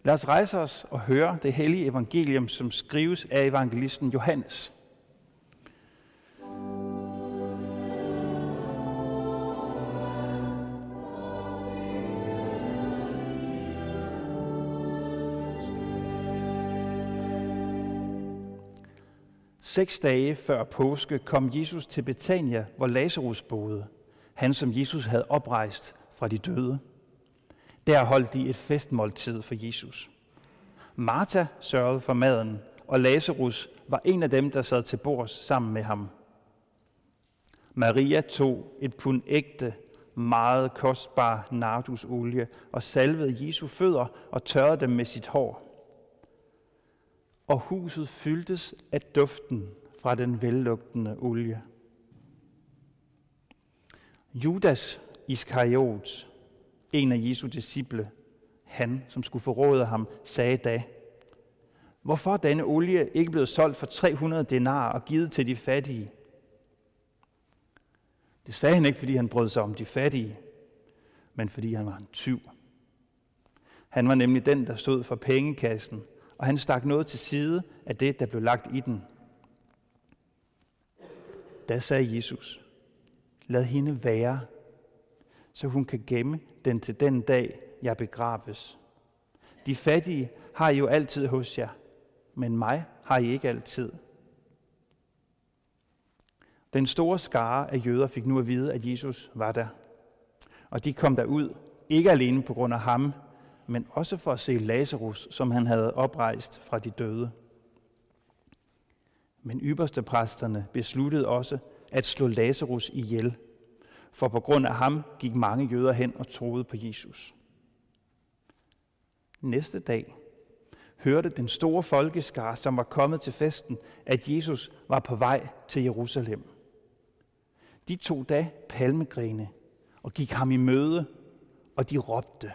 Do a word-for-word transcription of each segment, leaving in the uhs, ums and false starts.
Lad os rejse os og høre det hellige evangelium, som skrives af evangelisten Johannes. Seks dage før påske kom Jesus til Betania, hvor Lazarus boede, han som Jesus havde oprejst fra de døde. Der holdt de et festmåltid for Jesus. Martha sørgede for maden, og Lazarus var en af dem, der sad til bords sammen med ham. Maria tog et pund ægte, meget kostbar nardusolie og salvede Jesu fødder og tørrede dem med sit hår. Og huset fyldtes af duften fra den vellugtende olie. Judas Iskariot, en af Jesu disciple, han, som skulle forråde ham, sagde da: Hvorfor er denne olie ikke blevet solgt for tre hundrede denarer og givet til de fattige? Det sagde han ikke, fordi han brød sig om de fattige, men fordi han var en tyv. Han var nemlig den, der stod for pengekassen, og han stak noget til side af det, der blev lagt i den. Da sagde Jesus: Lad hende være, så hun kan gemme den til den dag, jeg begraves. De fattige har I jo altid hos jer, men mig har I ikke altid. Den store skare af jøder fik nu at vide, at Jesus var der. Og de kom derud, ikke alene på grund af ham, men også for at se Lazarus, som han havde oprejst fra de døde. Men ypperstepræsterne besluttede også at slå Lazarus ihjel, for på grund af ham gik mange jøder hen og troede på Jesus. Næste dag hørte den store folkeskare, som var kommet til festen, at Jesus var på vej til Jerusalem. De tog da palmegrene og gik ham i møde, og de råbte: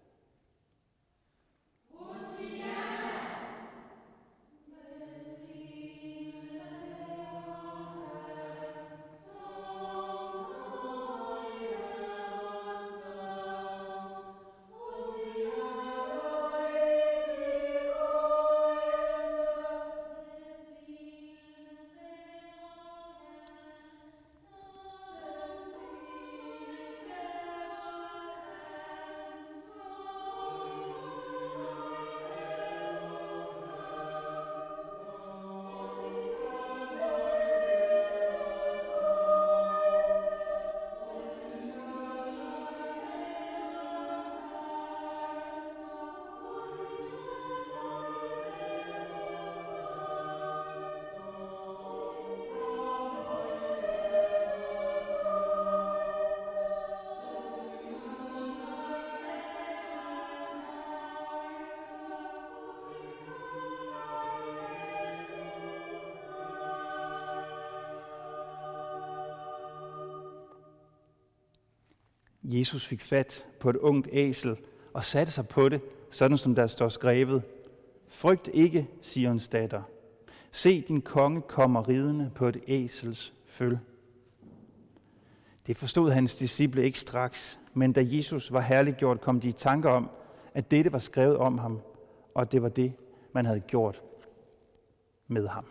Jesus fik fat på et ungt æsel og satte sig på det, sådan som der står skrevet: Frygt ikke, Sions datter. Se, din konge kommer ridende på et æsels føl. Det forstod hans disciple ikke straks, men da Jesus var herliggjort, kom de i tanker om, at dette var skrevet om ham, og at det var det, man havde gjort med ham.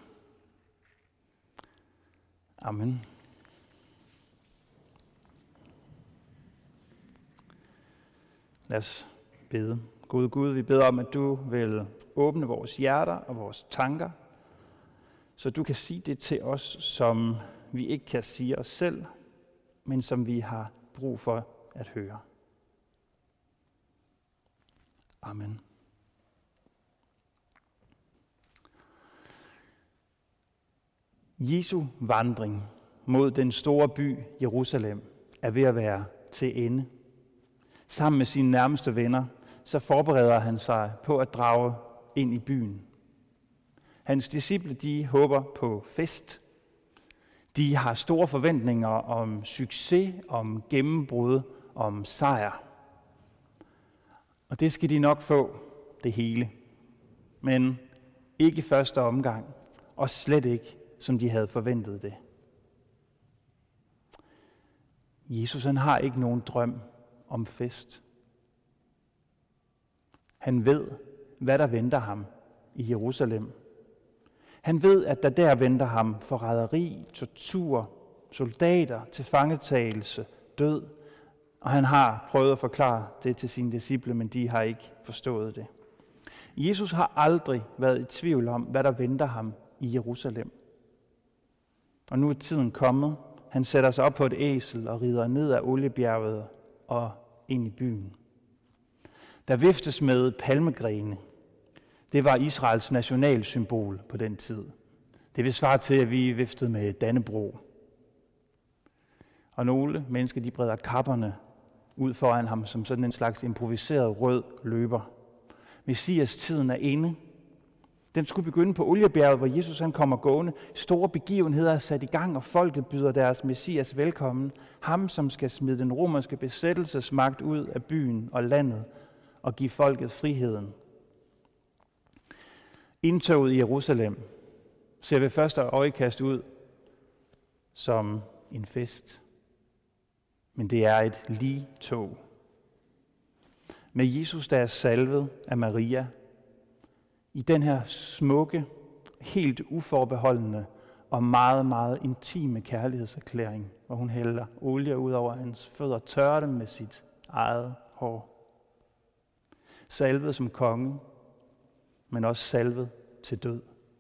Amen. Lad os bede. Gode Gud, vi beder om, at du vil åbne vores hjerter og vores tanker, så du kan sige det til os, som vi ikke kan sige os selv, men som vi har brug for at høre. Amen. Jesu vandring mod den store by Jerusalem er ved at være til ende. Sammen med sine nærmeste venner, så forbereder han sig på at drage ind i byen. Hans disciple, de håber på fest. De har store forventninger om succes, om gennembrud, om sejr. Og det skal de nok få, det hele. Men ikke i første omgang, og slet ikke, som de havde forventet det. Jesus, han har ikke nogen drøm om fest. Han ved, hvad der venter ham i Jerusalem. Han ved, at der der venter ham forræderi, tortur, soldater, tilfangetagelse, død. Og han har prøvet at forklare det til sine disciple, men de har ikke forstået det. Jesus har aldrig været i tvivl om, hvad der venter ham i Jerusalem. Og nu er tiden kommet. Han sætter sig op på et æsel og rider ned ad Oliebjerget og ind i byen. Der viftes med palmegrene. Det var Israels nationalsymbol på den tid. Det vil svare til, at vi viftede med Dannebrog. Og nogle mennesker, de breder kapperne ud foran ham som sådan en slags improviseret rød løber. Messias tiden er inde. Den skulle begynde på Oliebjerget, hvor Jesus han kommer gående. Store begivenheder er sat i gang, og folket byder deres Messias velkommen. Ham, som skal smide den romerske besættelsesmagt ud af byen og landet og give folket friheden. Indtoget i Jerusalem ser ved første øjekast ud som en fest. Men det er et ligtog. Med Jesus, der er salvet af Maria, i den her smukke, helt uforbeholdende og meget, meget intime kærlighedserklæring, hvor hun hælder olie ud over hans fødder og tørrer dem med sit eget hår. Salvet som konge, men også salvet til død.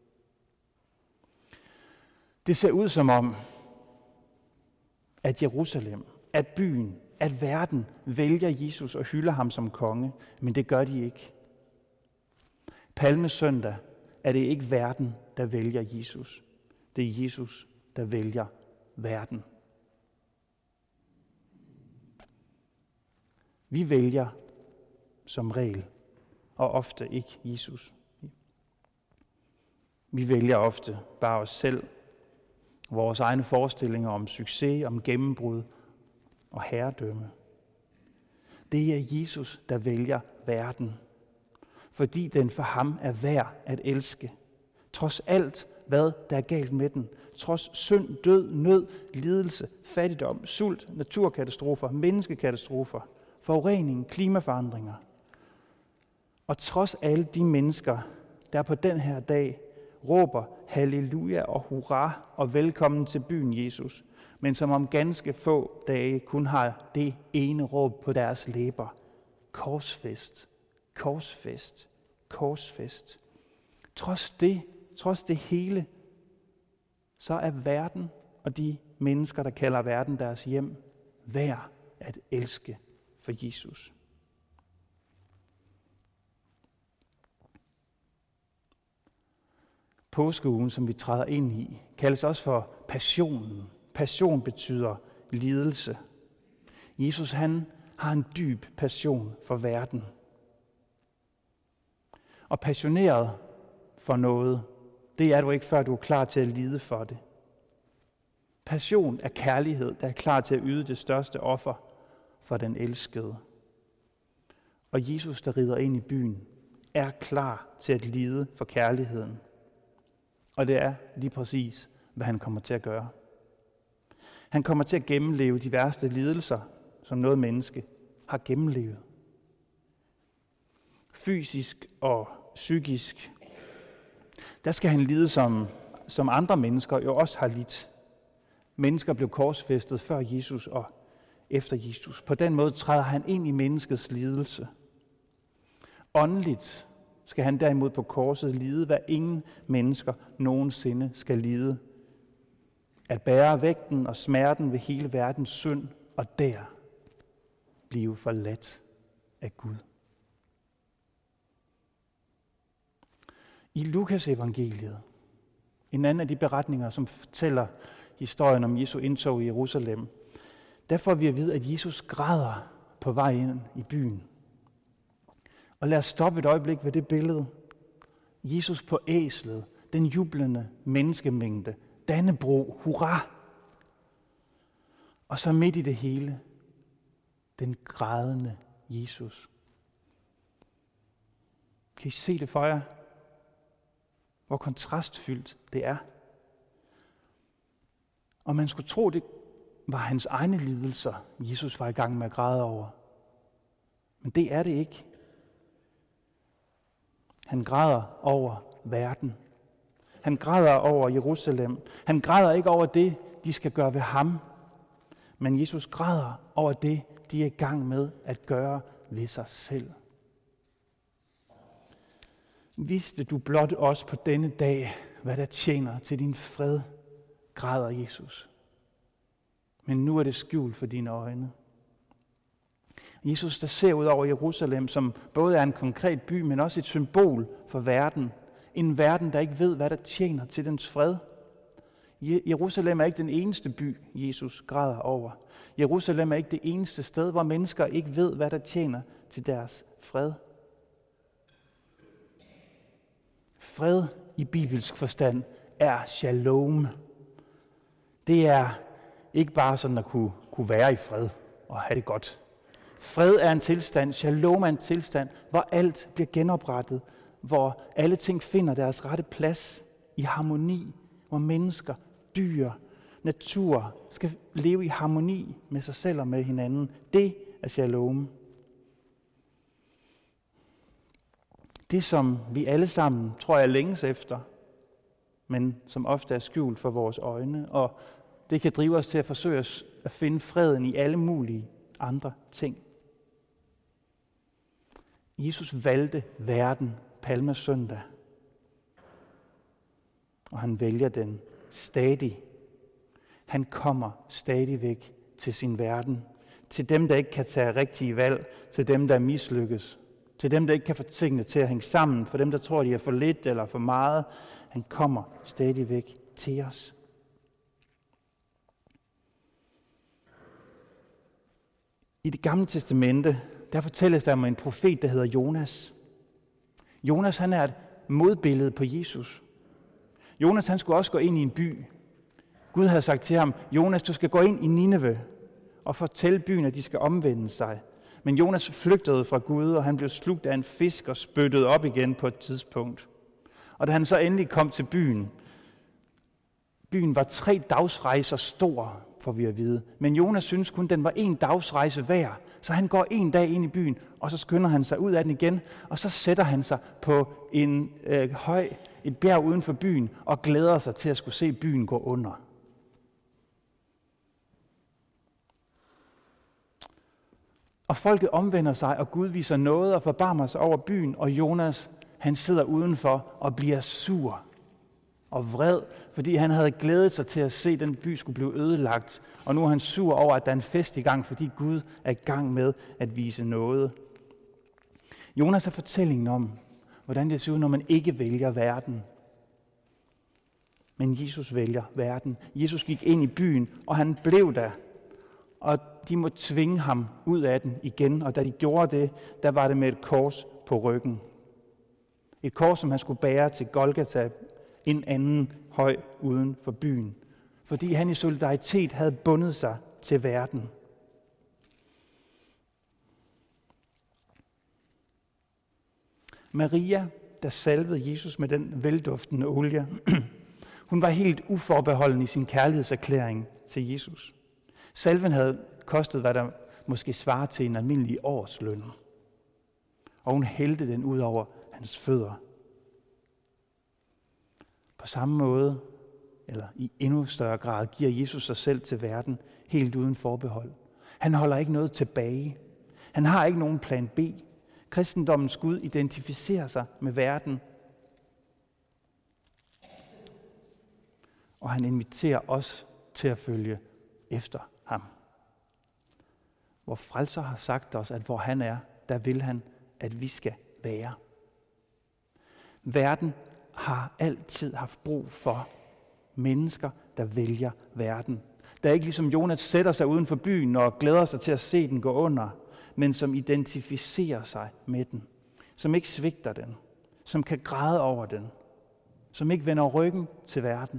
Det ser ud som om, at Jerusalem, at byen, at verden vælger Jesus og hylder ham som konge, men det gør de ikke. Palmesøndag er det ikke verden, der vælger Jesus. Det er Jesus, der vælger verden. Vi vælger som regel, og ofte ikke Jesus. Vi vælger ofte bare os selv, vores egne forestillinger om succes, om gennembrud og herredømme. Det er Jesus, der vælger verden, fordi den for ham er værd at elske. Trods alt, hvad der er galt med den. Trods synd, død, nød, lidelse, fattigdom, sult, naturkatastrofer, menneskekatastrofer, forurening, klimaforandringer. Og trods alle de mennesker, der på den her dag råber halleluja og hurra og velkommen til byen Jesus, men som om ganske få dage kun har det ene råb på deres læber. Korsfest, korsfest, korsfest. Trods det, trods det hele, så er verden og de mennesker, der kalder verden deres hjem, værd at elske for Jesus. Påskeugen, som vi træder ind i, kaldes også for passionen. Passion betyder lidelse. Jesus, han har en dyb passion for verden. Og passioneret for noget, det er du ikke, før du er klar til at lide for det. Passion er kærlighed, der er klar til at yde det største offer for den elskede. Og Jesus, der rider ind i byen, er klar til at lide for kærligheden. Og det er lige præcis, hvad han kommer til at gøre. Han kommer til at gennemleve de værste lidelser, som noget menneske har gennemlevet. Fysisk og psykisk, der skal han lide som, som andre mennesker jo også har lidt. Mennesker blev korsfæstet før Jesus og efter Jesus. På den måde træder han ind i menneskets lidelse. Åndeligt skal han derimod på korset lide, hvad ingen mennesker nogensinde skal lide. At bære vægten og smerten ved hele verdens synd, og der blive forladt af Gud. I Lukas evangeliet, en anden af de beretninger, som fortæller historien om Jesu indtog i Jerusalem, der får vi at vide, at Jesus græder på vej ind i byen. Og lad os stoppe et øjeblik ved det billede. Jesus på æslet, den jublende menneskemængde, Dannebrog, hurra! Og så midt i det hele, den grædende Jesus. Kan I se det for jer? Hvor kontrastfyldt det er. Og man skulle tro, det var hans egne lidelser, Jesus var i gang med at græde over. Men det er det ikke. Han græder over verden. Han græder over Jerusalem. Han græder ikke over det, de skal gøre ved ham. Men Jesus græder over det, de er i gang med at gøre ved sig selv. Vidste du blot også på denne dag, hvad der tjener til din fred, græder Jesus. Men nu er det skjult for dine øjne. Jesus, der ser ud over Jerusalem, som både er en konkret by, men også et symbol for verden. En verden, der ikke ved, hvad der tjener til dens fred. Jerusalem er ikke den eneste by, Jesus græder over. Jerusalem er ikke det eneste sted, hvor mennesker ikke ved, hvad der tjener til deres fred. Fred i bibelsk forstand er shalom. Det er ikke bare sådan at kunne, kunne være i fred og have det godt. Fred er en tilstand, shalom er en tilstand, hvor alt bliver genoprettet, hvor alle ting finder deres rette plads i harmoni, hvor mennesker, dyr, natur skal leve i harmoni med sig selv og med hinanden. Det er shalom. Det, som vi alle sammen, tror jeg, længes efter, men som ofte er skjult for vores øjne, og det kan drive os til at forsøge at finde freden i alle mulige andre ting. Jesus valgte verden palmesøndag, og han vælger den stadig. Han kommer stadigvæk til sin verden, til dem, der ikke kan tage rigtige valg, til dem, der mislykkes, til dem, der ikke kan få tingene til at hænge sammen, for dem, der tror, de er for lidt eller for meget. Han kommer stadigvæk til os. I Det Gamle Testamente, der fortælles der om en profet, der hedder Jonas. Jonas, han er et modbillede på Jesus. Jonas, han skulle også gå ind i en by. Gud havde sagt til ham, Jonas, du skal gå ind i Nineve og fortælle byen, at de skal omvende sig. Men Jonas flygtede fra Gud, og han blev slugt af en fisk og spyttet op igen på et tidspunkt. Og da han så endelig kom til byen, byen var tre dagsrejser stor, får vi at vide. Men Jonas synes kun, den var en dagsrejse værd. Så han går en dag ind i byen, og så skynder han sig ud af den igen, og så sætter han sig på en øh, høj, et bjerg uden for byen, og glæder sig til at skulle se byen gå under. Og folket omvender sig, og Gud viser noget og forbarmer sig over byen, og Jonas, han sidder udenfor og bliver sur og vred, fordi han havde glædet sig til at se, at den by skulle blive ødelagt. Og nu er han sur over, at der er en fest i gang, fordi Gud er i gang med at vise noget. Jonas er fortællingen om, hvordan det ser ud, når man ikke vælger verden. Men Jesus vælger verden. Jesus gik ind i byen, og han blev der. Og de må tvinge ham ud af den igen. Og da de gjorde det, der var det med et kors på ryggen. Et kors, som han skulle bære til Golgata, en anden høj uden for byen. Fordi han i solidaritet havde bundet sig til verden. Maria, der salvede Jesus med den velduftende olie, hun var helt uforbeholden i sin kærlighedserklæring til Jesus. Salven havde kostet, hvad der måske svarer til en almindelig årsløn. Og hun hældte den ud over hans fødder. På samme måde, eller i endnu større grad, giver Jesus sig selv til verden helt uden forbehold. Han holder ikke noget tilbage. Han har ikke nogen plan B. Kristendommens Gud identificerer sig med verden. Og han inviterer os til at følge efter ham. Hvor Frelser har sagt os, at hvor han er, der vil han, at vi skal være. Verden har altid haft brug for mennesker, der vælger verden. Der ikke ligesom Jonas sætter sig uden for byen og glæder sig til at se den gå under, men som identificerer sig med den. Som ikke svigter den. Som kan græde over den. Som ikke vender ryggen til verden.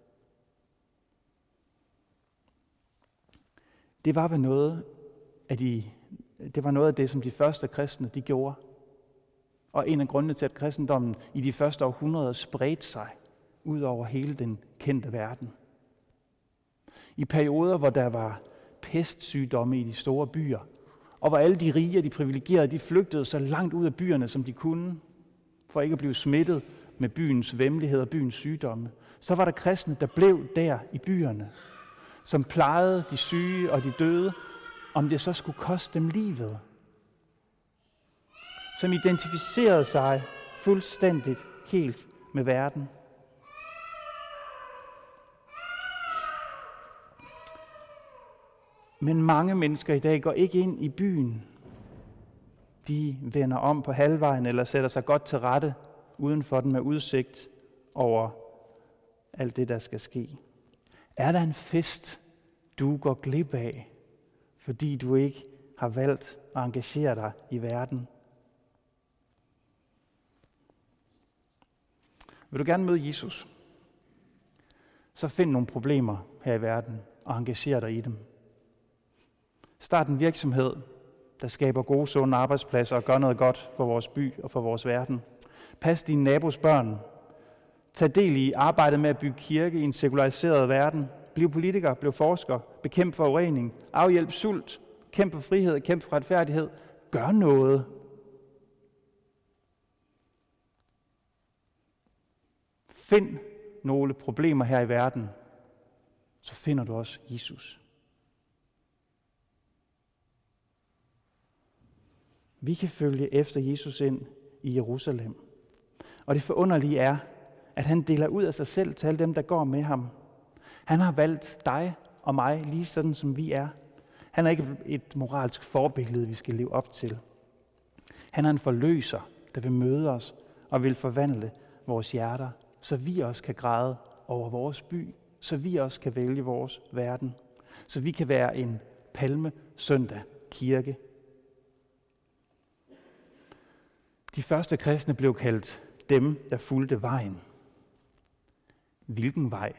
Det var, noget af de, det var noget af det, som de første kristne de gjorde. Og en af grundene til, at kristendommen i de første århundreder spredte sig ud over hele den kendte verden. I perioder, hvor der var pestsygdomme i de store byer, og hvor alle de rige og de privilegerede, de flygtede så langt ud af byerne, som de kunne, for ikke at blive smittet med byens væmmelighed og byens sygdomme. Så var der kristne, der blev der i byerne, som plejede de syge og de døde, om det så skulle koste dem livet. Som identificerede sig fuldstændigt helt med verden. Men mange mennesker i dag går ikke ind i byen. De vender om på halvvejen eller sætter sig godt til rette uden for den med udsigt over alt det, der skal ske. Er der en fest, du går glip af, fordi du ikke har valgt at engagere dig i verden? Vil du gerne møde Jesus? Så find nogle problemer her i verden og engager dig i dem. Start en virksomhed, der skaber gode, sunde arbejdspladser og gør noget godt for vores by og for vores verden. Pas dine nabos børn. Tag del i arbejdet med at bygge kirke i en sekulariseret verden. Bliv politiker, bliv forsker, bekæmp forurening, afhjælp sult, kæmp for frihed, kæmp for retfærdighed. Gør noget. Find nogle problemer her i verden, så finder du også Jesus. Vi kan følge efter Jesus ind i Jerusalem. Og det forunderlige er, at han deler ud af sig selv til alle dem, der går med ham. Han har valgt dig og mig lige sådan, som vi er. Han er ikke et moralsk forbillede, vi skal leve op til. Han er en forløser, der vil møde os og vil forvandle vores hjerter, så vi også kan græde over vores by, så vi også kan vælge vores verden, så vi kan være en palmesøndag kirke. De første kristne blev kaldt dem, der fulgte vejen. Hvilken vej?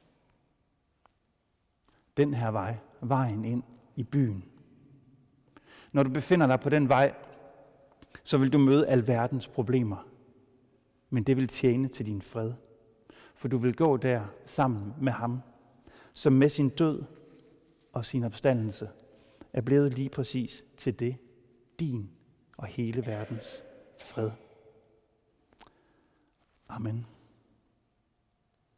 Den her vej, vejen ind i byen. Når du befinder dig på den vej, så vil du møde alverdens problemer. Men det vil tjene til din fred. For du vil gå der sammen med ham, som med sin død og sin opstandelse er blevet lige præcis til det, din og hele verdens fred. Amen.